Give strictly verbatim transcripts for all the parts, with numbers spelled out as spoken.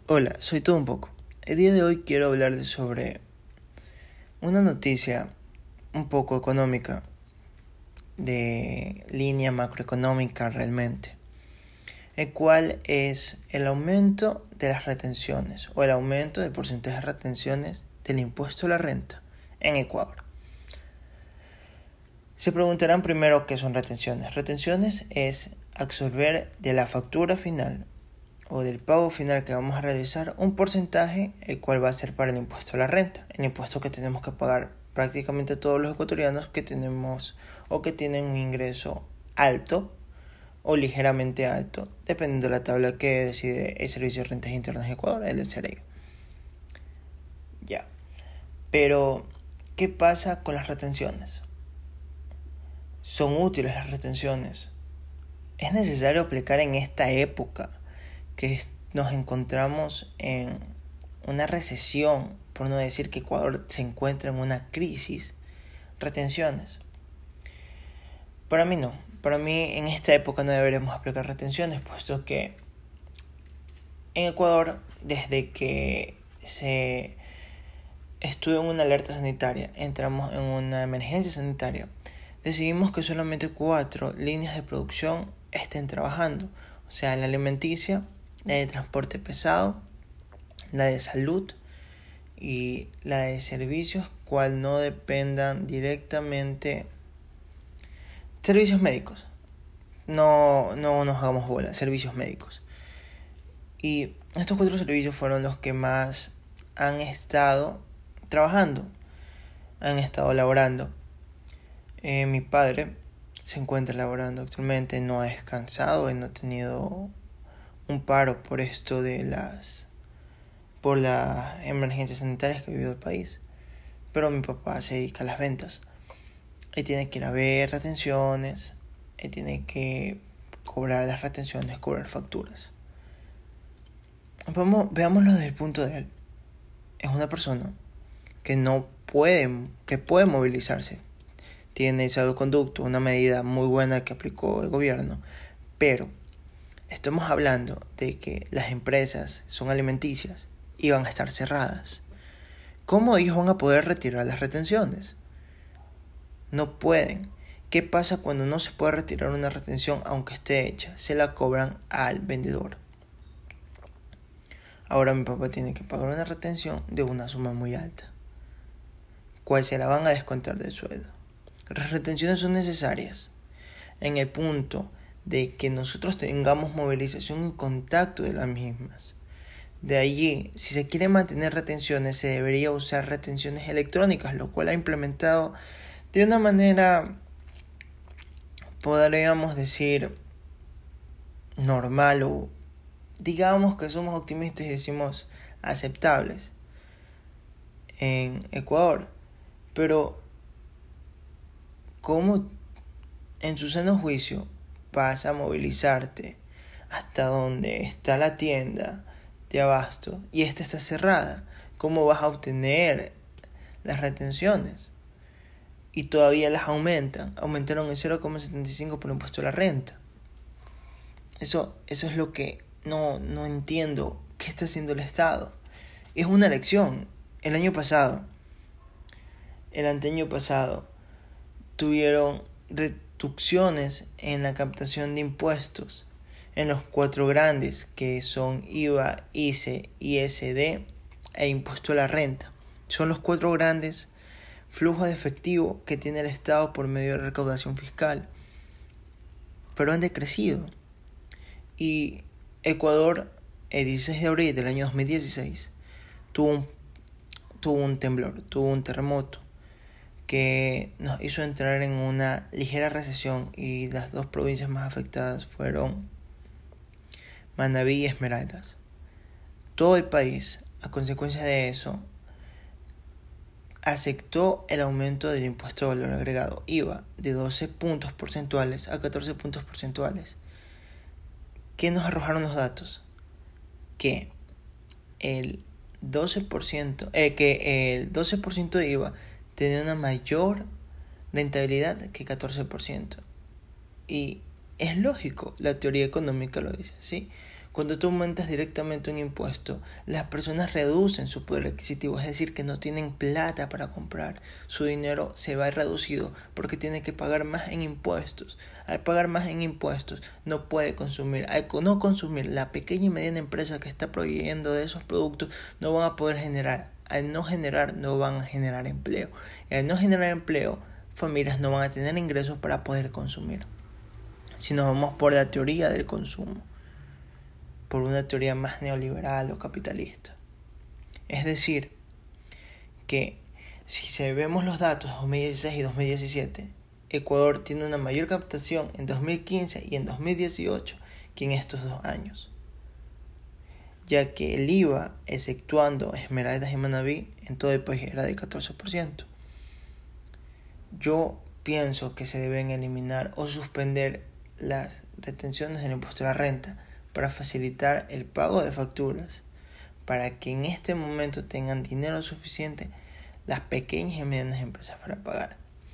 Hola, soy todo un poco. El día de hoy quiero hablarles sobre una noticia un poco económica, de línea macroeconómica realmente, el cual es el aumento de las retenciones o el aumento del porcentaje de retenciones del impuesto a la renta en Ecuador. Se preguntarán primero qué son retenciones. Retenciones es absorber de la factura final o del pago final que vamos a realizar un porcentaje el cual va a ser para el impuesto a la renta, el impuesto que tenemos que pagar prácticamente todos los ecuatorianos que tenemos o que tienen un ingreso alto o ligeramente alto, dependiendo de la tabla que decide el Servicio de Rentas Internas de Ecuador, el del CEREI. Ya. Pero, ¿qué pasa con las retenciones? ¿Son útiles las retenciones? ¿Es necesario aplicar en esta época que nos encontramos en una recesión, por no decir que Ecuador se encuentra en una crisis? Retenciones. Para mí no. Para mí en esta época no deberíamos aplicar retenciones, puesto que en Ecuador, desde que se estuvo en una alerta sanitaria, entramos en una emergencia sanitaria, decidimos que solamente cuatro líneas de producción estén trabajando. O sea, la alimenticia, la de transporte pesado, la de salud y la de servicios, cual no dependan directamente. Servicios médicos. No, no nos hagamos bola, servicios médicos. Y estos cuatro servicios fueron los que más han estado trabajando, han estado laborando. Eh, mi padre se encuentra laborando actualmente, no ha descansado, no ha tenido un paro por esto de las por las emergencias sanitarias que ha vivido el país. Pero mi papá se dedica a las ventas. Él tiene que ir a ver retenciones, él tiene que cobrar las retenciones, cobrar facturas. Vamos, veámoslo desde el punto de él. Es una persona que no puede, que puede movilizarse. Tiene el salvoconducto, una medida muy buena que aplicó el gobierno, pero estamos hablando de que las empresas son alimenticias y van a estar cerradas. ¿Cómo ellos van a poder retirar las retenciones? No pueden. ¿Qué pasa cuando no se puede retirar una retención aunque esté hecha? Se la cobran al vendedor. Ahora mi papá tiene que pagar una retención de una suma muy alta, cual se la van a descontar del sueldo. Las retenciones son necesarias en el punto de que nosotros tengamos movilización y contacto de las mismas. De allí, si se quiere mantener retenciones, se debería usar retenciones electrónicas, lo cual ha implementado de una manera, podríamos decir, normal, o digamos que somos optimistas y decimos aceptables en Ecuador. Pero ¿cómo en su sano juicio vas a movilizarte hasta donde está la tienda de abasto y esta está cerrada? ¿Cómo vas a obtener las retenciones? Y todavía las aumentan. Aumentaron el cero coma setenta y cinco por impuesto a la renta. Eso, eso es lo que no, no entiendo. ¿Qué está haciendo el Estado? Es una lección. El año pasado, el anteaño pasado, tuvieron reducciones en la captación de impuestos en los cuatro grandes, que son I V A, I C E, I S D e impuesto a la renta. Son los cuatro grandes flujos de efectivo que tiene el Estado por medio de recaudación fiscal, pero han decrecido. Y Ecuador, el dieciséis de abril del año dos mil dieciséis, tuvo un, tuvo un temblor, tuvo un terremoto que nos hizo entrar en una ligera recesión, y las dos provincias más afectadas fueron Manabí y Esmeraldas. Todo el país, a consecuencia de eso, aceptó el aumento del impuesto de valor agregado, I V A, de doce puntos porcentuales a catorce puntos porcentuales. ¿Qué nos arrojaron los datos? Que el doce por ciento, eh, que el doce por ciento de I V A tenía una mayor rentabilidad que catorce por ciento. Y es lógico, la teoría económica lo dice, ¿sí? Cuando tú aumentas directamente un impuesto, las personas reducen su poder adquisitivo, es decir, que no tienen plata para comprar. Su dinero se va reducido porque tiene que pagar más en impuestos. Al pagar más en impuestos, no puede consumir. Al no consumir, la pequeña y mediana empresa que está proveyendo de esos productos no van a poder generar. Al no generar, no van a generar empleo. Y al no generar empleo, familias no van a tener ingresos para poder consumir. Si nos vamos por la teoría del consumo, por una teoría más neoliberal o capitalista. Es decir, que si se vemos los datos de dos mil dieciséis y dos mil diecisiete, Ecuador tiene una mayor captación en dos mil quince y en dos mil dieciocho que en estos dos años, ya que el I V A, exceptuando Esmeraldas y Manabí, en todo el país era de catorce por ciento. Yo pienso que se deben eliminar o suspender las retenciones del impuesto a la renta para facilitar el pago de facturas, para que en este momento tengan dinero suficiente las pequeñas y medianas empresas para pagar.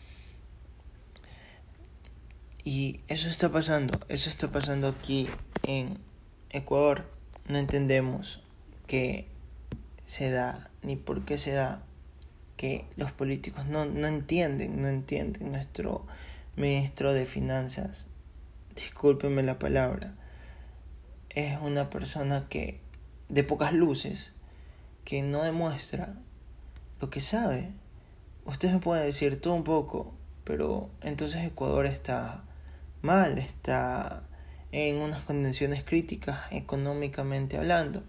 Y eso está pasando, eso está pasando aquí en Ecuador. No entendemos qué se da ni por qué se da, que los políticos no, no entienden, no entienden. Nuestro ministro de Finanzas, discúlpenme la palabra, es una persona que de pocas luces, que no demuestra lo que sabe. Ustedes me pueden decir todo un poco, pero entonces Ecuador está mal, está en unas condiciones críticas económicamente hablando.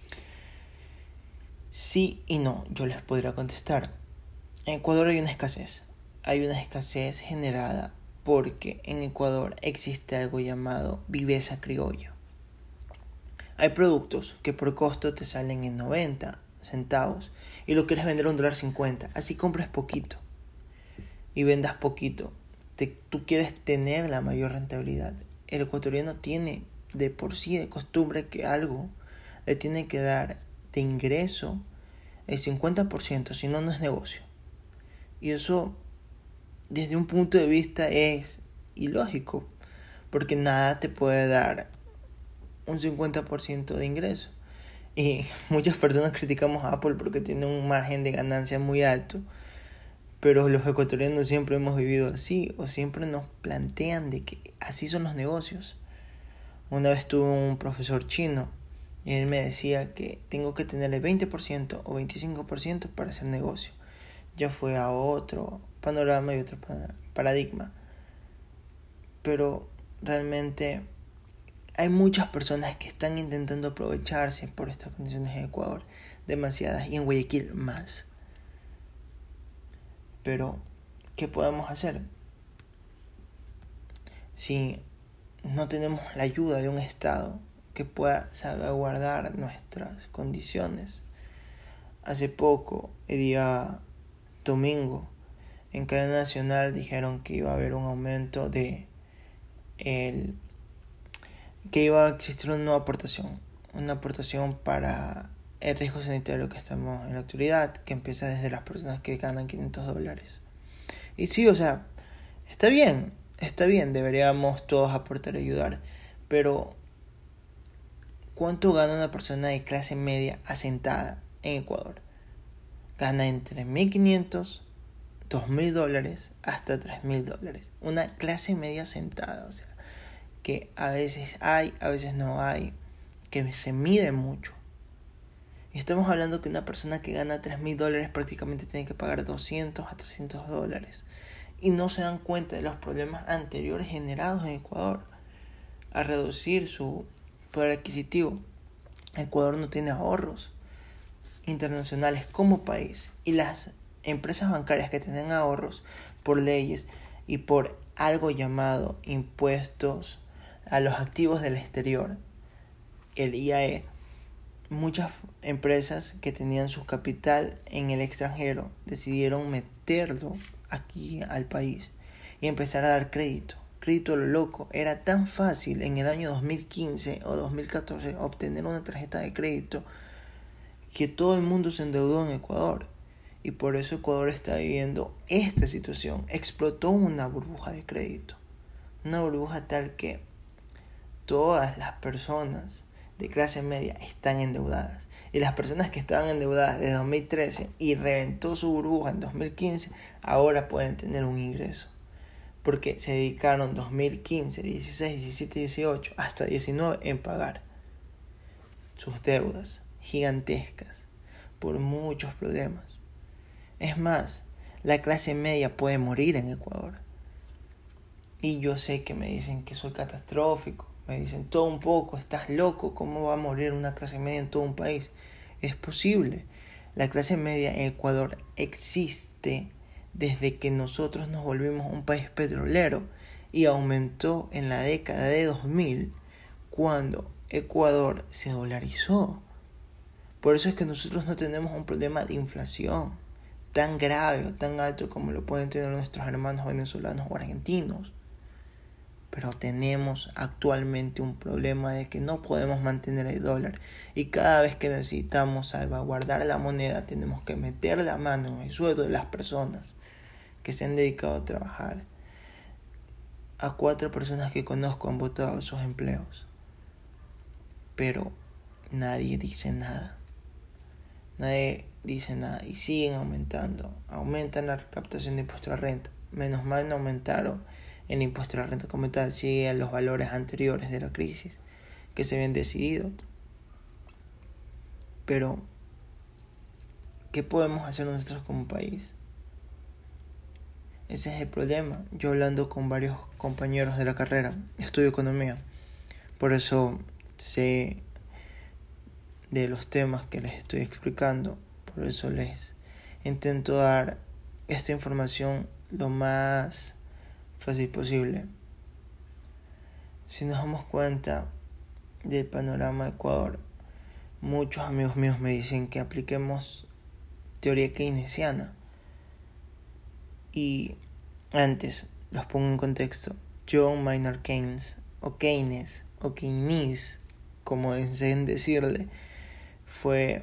Sí y no, yo les podría contestar. En Ecuador hay una escasez. Hay una escasez generada porque en Ecuador existe algo llamado viveza criolla. Hay productos que por costo te salen en noventa centavos y lo quieres vender a un dólar cincuenta. Así compres poquito y vendas poquito. Te, tú quieres tener la mayor rentabilidad. El ecuatoriano tiene de por sí de costumbre que algo le tiene que dar de ingreso el cincuenta por ciento, si no, no es negocio. Y eso, desde un punto de vista, es ilógico, porque nada te puede dar un cincuenta por ciento de ingreso. Y muchas personas criticamos a Apple porque tiene un margen de ganancia muy alto, pero los ecuatorianos siempre hemos vivido así, o siempre nos plantean de que así son los negocios. Una vez tuve un profesor chino y él me decía que tengo que tener el veinte por ciento o veinticinco por ciento para hacer negocio. Ya fue a otro panorama y otro paradigma. Pero realmente hay muchas personas que están intentando aprovecharse por estas condiciones en Ecuador, demasiadas, y en Guayaquil más. Pero, ¿qué podemos hacer? Si no tenemos la ayuda de un Estado que pueda salvaguardar nuestras condiciones. Hace poco, el día domingo, en cadena nacional dijeron que iba a haber un aumento de el que iba a existir una nueva aportación, una aportación para el riesgo sanitario que estamos en la actualidad, que empieza desde las personas que ganan quinientos dólares. Y sí, o sea, está bien, está bien, deberíamos todos aportar y ayudar, pero ¿cuánto gana una persona de clase media asentada en Ecuador? Gana entre mil quinientos, dos mil dólares hasta tres mil dólares. Una clase media asentada, o sea, que a veces hay, a veces no hay, que se mide mucho. Y estamos hablando que una persona que gana tres mil dólares prácticamente tiene que pagar doscientos a trescientos dólares. Y no se dan cuenta de los problemas anteriores generados en Ecuador a reducir su poder adquisitivo. Ecuador no tiene ahorros internacionales como país. Y las empresas bancarias que tienen ahorros por leyes y por algo llamado impuestos a los activos del exterior, el I A E, muchas empresas que tenían su capital en el extranjero decidieron meterlo aquí al país y empezar a dar crédito. Crédito a lo loco. Era tan fácil en el año dos mil quince o dos mil catorce obtener una tarjeta de crédito que todo el mundo se endeudó en Ecuador. Y por eso Ecuador está viviendo esta situación. Explotó una burbuja de crédito. Una burbuja tal que todas las personas de clase media están endeudadas. Y las personas que estaban endeudadas desde dos mil trece y reventó su burbuja en dos mil quince, ahora pueden tener un ingreso. Porque se dedicaron dos mil quince, dieciséis, diecisiete, dieciocho hasta diecinueve en pagar sus deudas gigantescas por muchos problemas. Es más, la clase media puede morir en Ecuador. Y yo sé que me dicen que soy catastrófico, me dicen todo un poco, estás loco, ¿cómo va a morir una clase media en todo un país? Es posible. La clase media en Ecuador existe desde que nosotros nos volvimos un país petrolero y aumentó en la década de dos mil cuando Ecuador se dolarizó. Por eso es que nosotros no tenemos un problema de inflación tan grave o tan alto como lo pueden tener nuestros hermanos venezolanos o argentinos. Pero tenemos actualmente un problema de que no podemos mantener el dólar y cada vez que necesitamos salvaguardar la moneda tenemos que meter la mano en el sueldo de las personas que se han dedicado a trabajar. A cuatro personas que conozco han botado sus empleos, pero nadie dice nada. Nadie dice nada y siguen aumentando. Aumentan la recaptación de impuestos a la renta. Menos mal no aumentaron el impuesto a la renta como tal. Sigue a los valores anteriores de la crisis que se habían decidido. Pero, ¿qué podemos hacer nosotros como país? Ese es el problema. Yo hablando con varios compañeros de la carrera, estudio economía. Por eso sé de los temas que les estoy explicando. Por eso les intento dar esta información lo más fácil posible. Si nos damos cuenta del panorama de Ecuador, muchos amigos míos me dicen que apliquemos teoría keynesiana. Y antes, los pongo en contexto, John Maynard Keynes, o Keynes, o Keynes, como deseen decirle, fue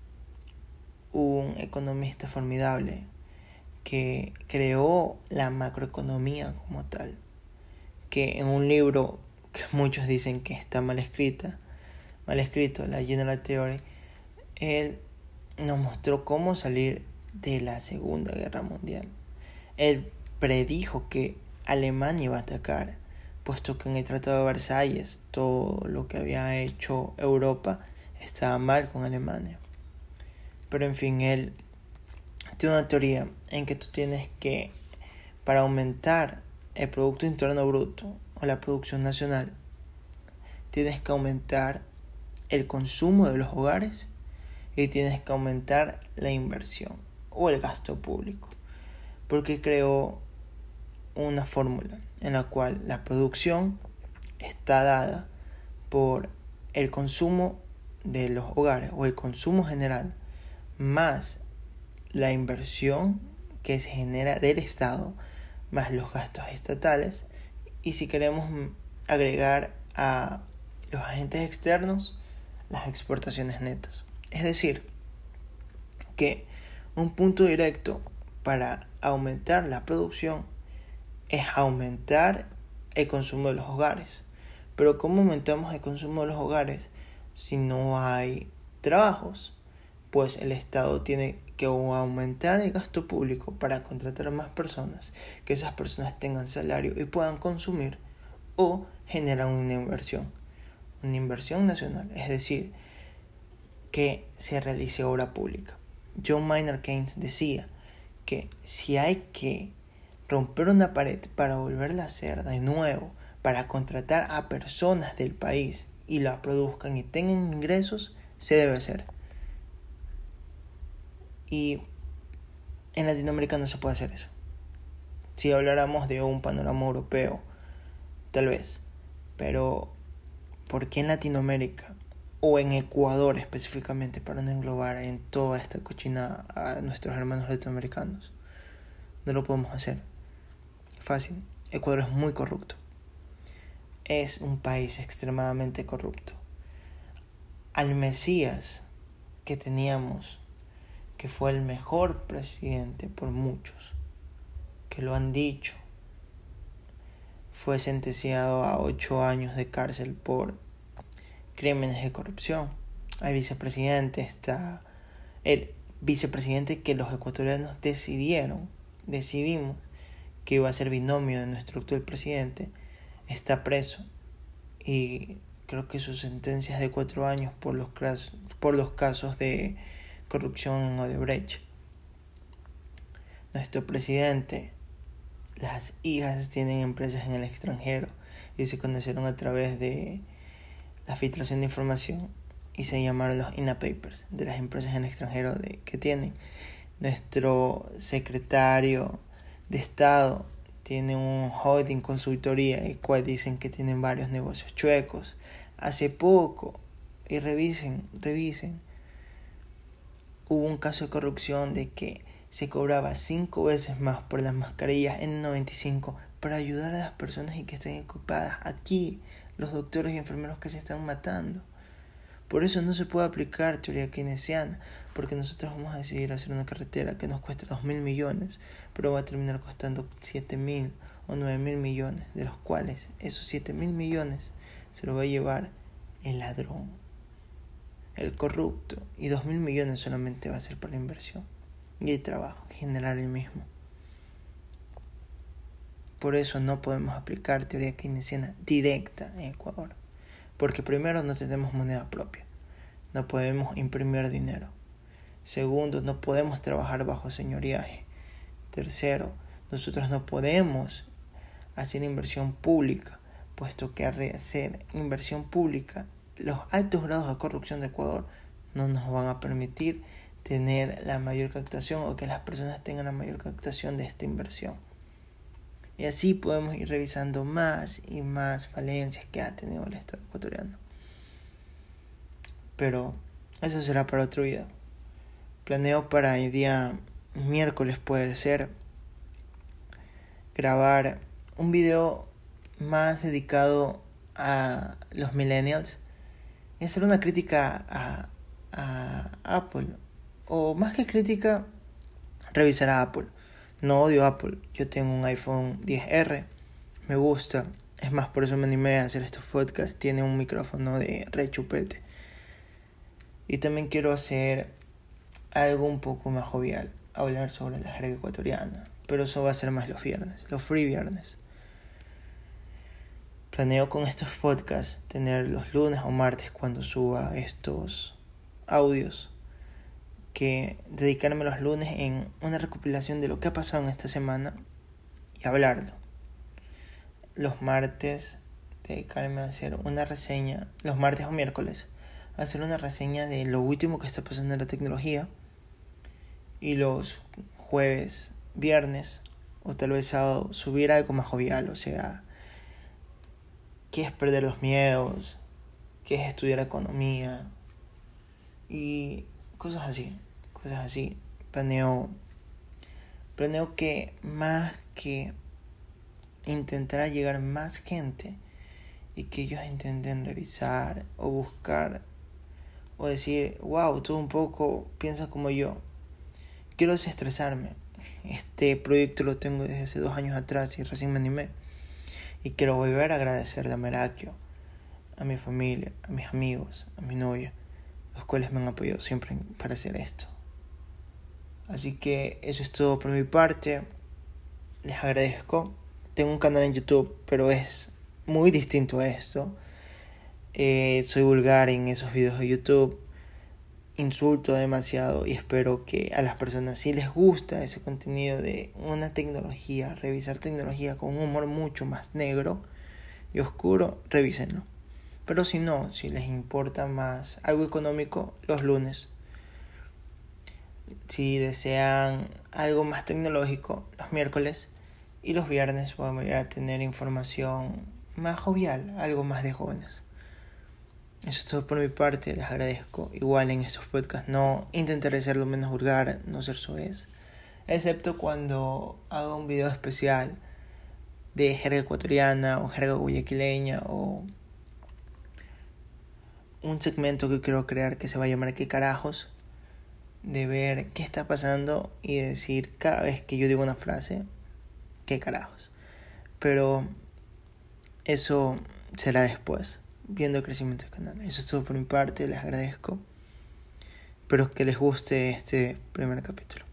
un economista formidable que creó la macroeconomía como tal, que en un libro que muchos dicen que está mal escrita, mal escrito, la General Theory, él nos mostró cómo salir de la Segunda Guerra Mundial. Él predijo que Alemania iba a atacar, puesto que en el Tratado de Versalles todo lo que había hecho Europa estaba mal con Alemania. Pero en fin, él tiene una teoría en que tú tienes que, para aumentar el Producto Interno Bruto o la producción nacional, tienes que aumentar el consumo de los hogares y tienes que aumentar la inversión o el gasto público. Porque creó una fórmula en la cual la producción está dada por el consumo de los hogares o el consumo general más la inversión que se genera del Estado más los gastos estatales, y si queremos agregar a los agentes externos las exportaciones netas. Es decir, que un punto directo para aumentar la producción es aumentar el consumo de los hogares. Pero ¿cómo aumentamos el consumo de los hogares si no hay trabajos? Pues el Estado tiene que aumentar el gasto público para contratar a más personas, que esas personas tengan salario y puedan consumir, o generar una inversión, una inversión nacional, es decir, que se realice obra pública. John Maynard Keynes decía que si hay que romper una pared para volverla a hacer de nuevo, para contratar a personas del país y la produzcan y tengan ingresos, se debe hacer. Y en Latinoamérica no se puede hacer eso. Si habláramos de un panorama europeo, tal vez. Pero, ¿por qué en Latinoamérica o en Ecuador específicamente, para no englobar en toda esta cochinada a nuestros hermanos latinoamericanos? No lo podemos hacer. Fácil. Ecuador es muy corrupto. Es un país extremadamente corrupto. Al Mesías que teníamos, que fue el mejor presidente por muchos, que lo han dicho, fue sentenciado a ocho años de cárcel por crímenes de corrupción. El vicepresidente está... El vicepresidente que los ecuatorianos decidieron, decidimos que iba a ser binomio de nuestro actual presidente, está preso. Y creo que su sentencia es de cuatro años por los, por los casos de corrupción en Odebrecht. Nuestro presidente, las hijas tienen empresas en el extranjero y se conocieron a través de la filtración de información y se llamaron los I N A Papers de las empresas en el extranjero de, que tienen. Nuestro secretario de Estado tiene un holding consultoría, el cual dicen que tienen varios negocios chuecos. Hace poco, y revisen, revisen, hubo un caso de corrupción de que se cobraba cinco veces más por las mascarillas N noventa y cinco para ayudar a las personas y que estén ocupadas. Aquí, los doctores y enfermeros que se están matando. Por eso no se puede aplicar teoría keynesiana, porque nosotros vamos a decidir hacer una carretera que nos cueste dos mil millones, pero va a terminar costando siete mil o nueve mil millones, de los cuales esos siete mil millones se los va a llevar el ladrón, el corrupto, y dos mil millones solamente va a ser para la inversión y el trabajo, generar el mismo. Por eso no podemos aplicar teoría keynesiana directa en Ecuador, porque primero no tenemos moneda propia, no podemos imprimir dinero. Segundo, no podemos trabajar bajo señoriaje. Tercero, nosotros no podemos hacer inversión pública, puesto que al hacer inversión pública, los altos grados de corrupción de Ecuador no nos van a permitir tener la mayor captación o que las personas tengan la mayor captación de esta inversión. Y así podemos ir revisando más y más falencias que ha tenido el Estado ecuatoriano. Pero eso será para otro video. Planeo para el día miércoles, puede ser, grabar un video más dedicado a los millennials y hacer una crítica a, a Apple. O más que crítica, revisar a Apple. No odio a Apple. Yo tengo un iPhone diez erre. Me gusta. Es más, por eso me animé a hacer estos podcasts. Tiene un micrófono de re chupete. Y también quiero hacer algo un poco más jovial. Hablar sobre la jerga ecuatoriana. Pero eso va a ser más los viernes. Los free viernes. Planeo con estos podcasts tener los lunes o martes cuando suba estos audios, que dedicarme los lunes en una recopilación de lo que ha pasado en esta semana y hablarlo. Los martes dedicarme a hacer una reseña, los martes o miércoles, a hacer una reseña de lo último que está pasando en la tecnología. Y los jueves, viernes o tal vez sábado subir algo más jovial, o sea, qué es perder los miedos, qué es estudiar economía y cosas así, cosas así. Planeo, planeo que más que intentar llegar más gente y que ellos intenten revisar o buscar o decir, wow, tú un poco piensas como yo. Quiero desestresarme. Este proyecto lo tengo desde hace dos años atrás y recién me animé. Y quiero volver a agradecerle a Merakio, a mi familia, a mis amigos, a mi novia, los cuales me han apoyado siempre para hacer esto. Así que eso es todo por mi parte. Les agradezco. Tengo un canal en YouTube, pero es muy distinto a esto. Eh, soy vulgar en esos videos de YouTube. Insulto demasiado y espero que a las personas sí les gusta ese contenido de una tecnología, revisar tecnología con un humor mucho más negro y oscuro, revísenlo. Pero si no, si les importa más algo económico, los lunes. Si desean algo más tecnológico, los miércoles. Y los viernes vamos a tener información más jovial, algo más de jóvenes. Eso es todo por mi parte, les agradezco. Igual en estos podcasts no intentaré ser lo menos vulgar, no ser soez, excepto cuando haga un video especial de jerga ecuatoriana o jerga guayaquileña o un segmento que quiero crear que se va a llamar ¿Qué carajos? De ver qué está pasando y decir cada vez que yo digo una frase, ¿qué carajos? Pero eso será después. viendo el crecimiento del canal. Eso es todo por mi parte, les agradezco. Espero que les guste este primer capítulo.